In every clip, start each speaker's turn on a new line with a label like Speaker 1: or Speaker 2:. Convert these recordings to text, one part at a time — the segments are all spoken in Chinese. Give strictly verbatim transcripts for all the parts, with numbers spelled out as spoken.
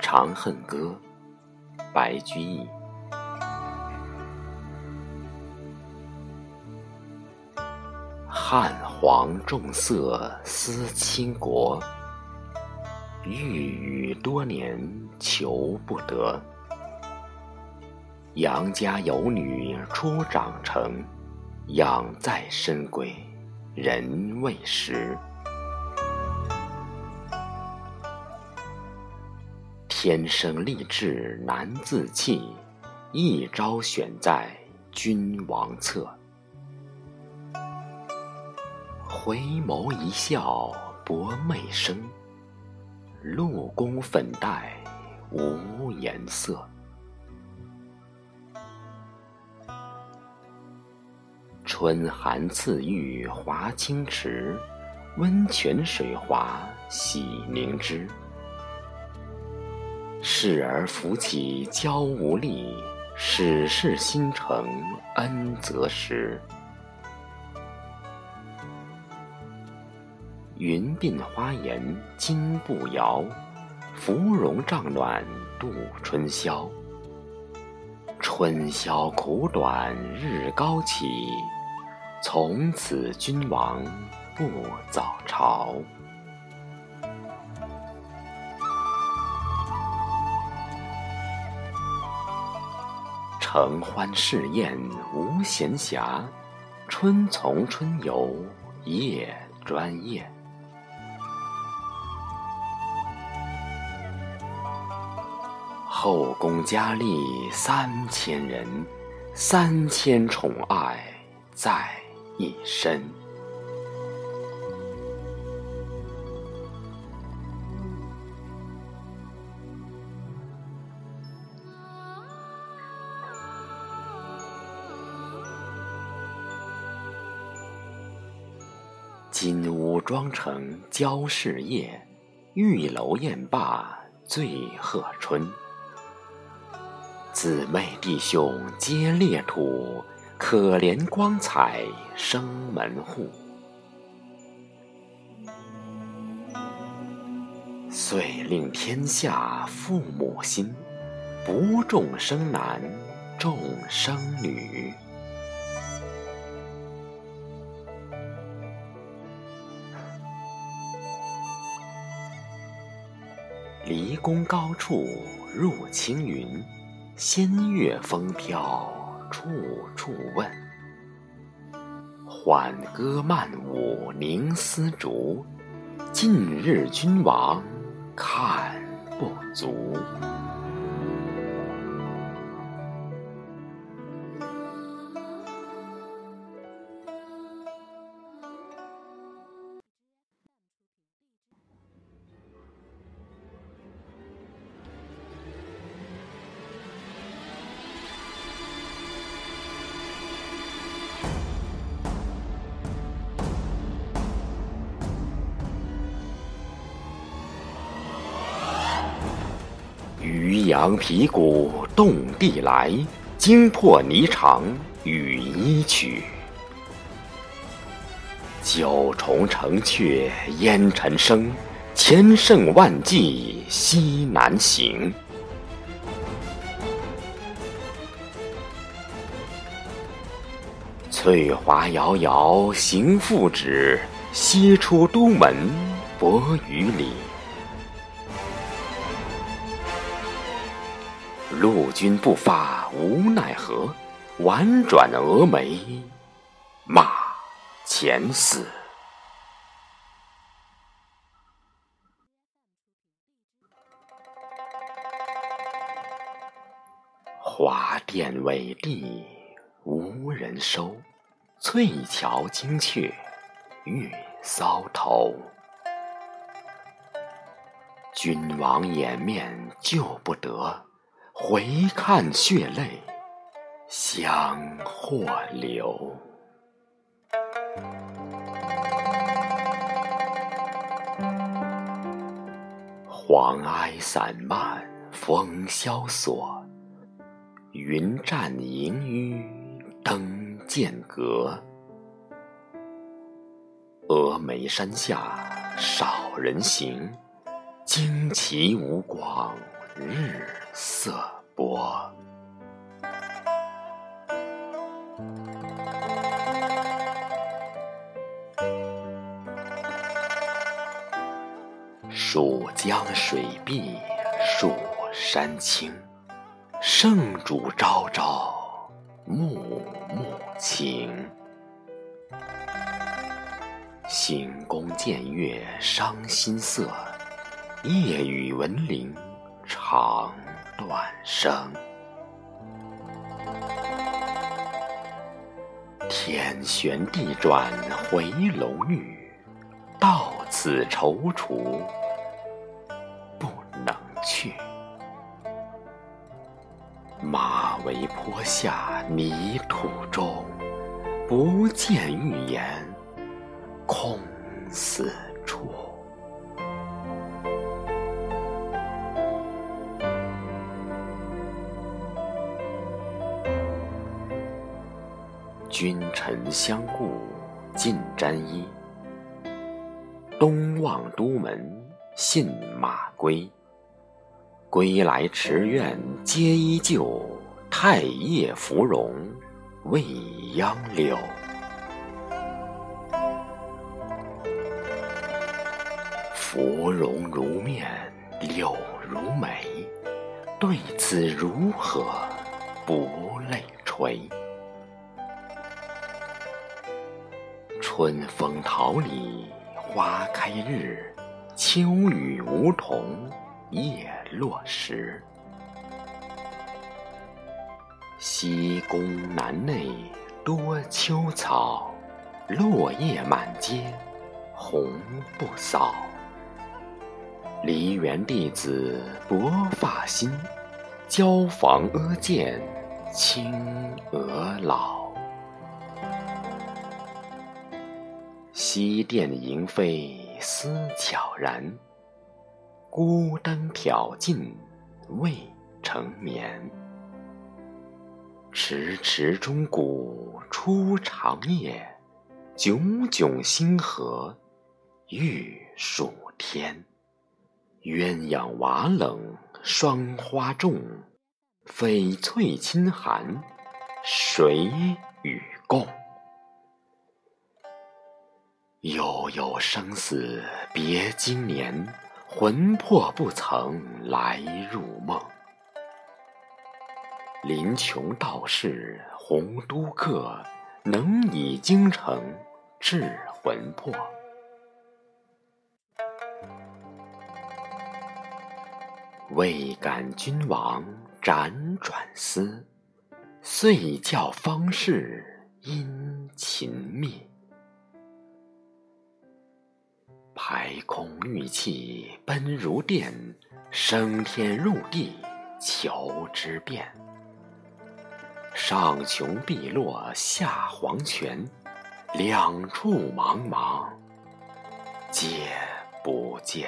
Speaker 1: 长恨歌》，白居易。汉皇重色思倾国，御宇多年求不得。杨家有女初长成，养在深闺人未识。天生丽质难自弃，一朝选在君王侧。回眸一笑薄媚生，陆宫粉黛无颜色。春寒赐浴华清池，温泉水滑洗凝脂。侍儿扶起娇无力，始是新承恩泽时。云鬓花颜金步摇，芙蓉帐暖度春宵。春宵苦短日高起，从此君王不早朝。承欢侍宴无闲暇，春从春游夜专宴。后宫佳丽三千人，三千宠爱在一身。金屋妆成娇侍夜，玉楼宴罢醉贺春。姊妹弟兄皆列土，可怜光彩生门户。遂令天下父母心，不重生男重生女。离宫高处入青云，仙乐风飘处处问。缓歌慢舞凝丝竹，近日君王看不足。渔阳鼙鼓动地来，惊破霓裳羽衣曲。九重城阙烟尘生，千乘万骑西南行。翠华遥遥行复止，西出都门泊于里。陆军不发无奈何，婉转蛾眉马前死。华殿伟地无人收，翠桥金阙玉搔头。君王掩面救不得，回看血泪相或流。黄埃散漫风萧索，云栈萦纡登剑阁。峨眉山下少人行，旌旗无光日色薄。蜀江水碧蜀山青，圣主朝朝暮暮情。行宫见月伤心色，夜雨闻铃肠断声。天旋地转回楼玉，到此踌躇不能去。马嵬坡下泥土中，不见玉颜空死处。君臣相顾尽沾衣，东望都门信马归。归来池苑皆依旧，太液芙蓉未央柳。芙蓉如面柳如眉，对此如何不泪垂。春风桃李花开日，秋雨梧桐叶落时。西宫南内多秋草，落叶满街红不扫。梨园弟子薄发新，椒房阿监青娥老。西殿萤飞思悄然，孤灯挑尽未成眠。迟迟钟鼓初长夜，炯炯星河欲曙天。鸳鸯瓦冷霜花重，翡翠衾寒谁与共？悠悠生死别经年，魂魄不曾来入梦。临穷道士洪都客，能以京城治魂魄。未感君王辗转思，遂教方士殷勤觅。排空玉气奔如电，升天入地求之遍。上穷碧落下黄泉，两处茫茫皆不见。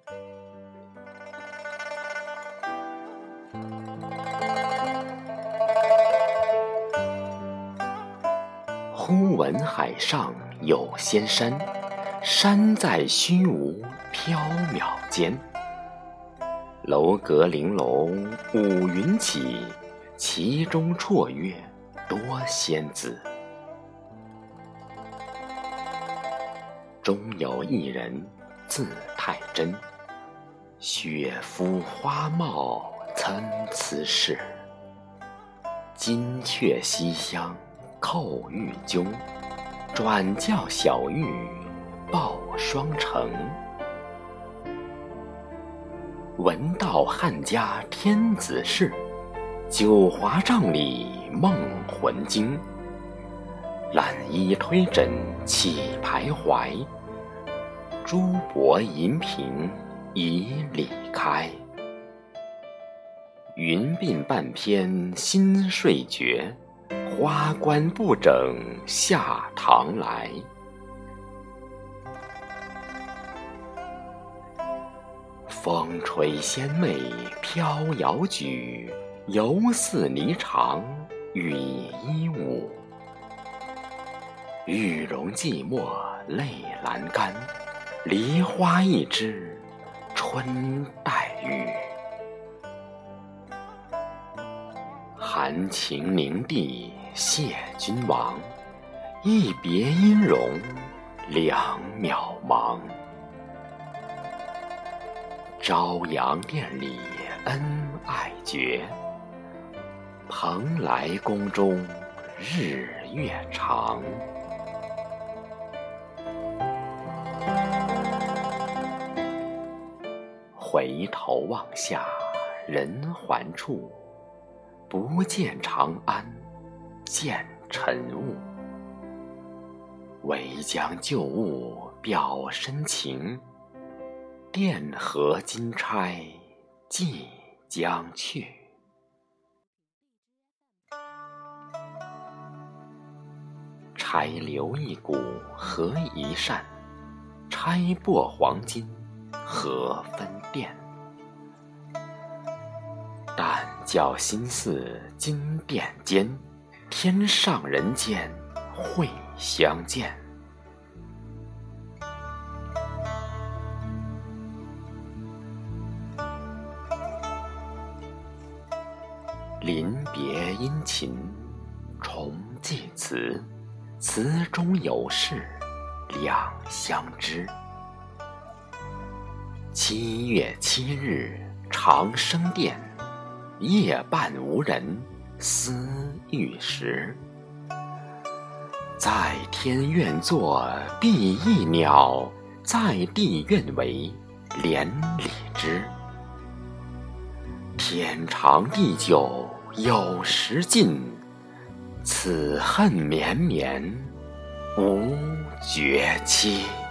Speaker 1: 忽闻海上有仙山，山在虚无缥缈间。楼阁玲珑五云起，其中绰约多仙子。中有一人字太真，雪肤花貌参差是。金阙西厢叩玉扃，转教小玉报双成。闻道汉家天子事，九华帐里梦魂惊。揽衣推枕起徘徊，珠箔银屏已理开。云鬓半偏新睡觉，花冠不整下堂来。风吹仙袂飘摇举，犹似霓裳羽衣舞。玉容寂寞泪阑干，梨花一枝春带雨。 元秦灵帝谢君王，一别音容两渺茫。朝阳殿里恩爱绝，蓬莱宫中日月长。回头望下人寰处，不见长安，见尘雾。唯将旧物表深情，钿合金钗即将去。钗留一股合一扇，钗擘黄金何分店。但教心似金殿间，天上人间会相见。临别殷勤重寄词，词中有事两相知。七月七日长生殿，夜半无人思玉石。在天愿作比翼鸟，在地愿为连理枝。天长地久有时尽，此恨绵绵无绝期。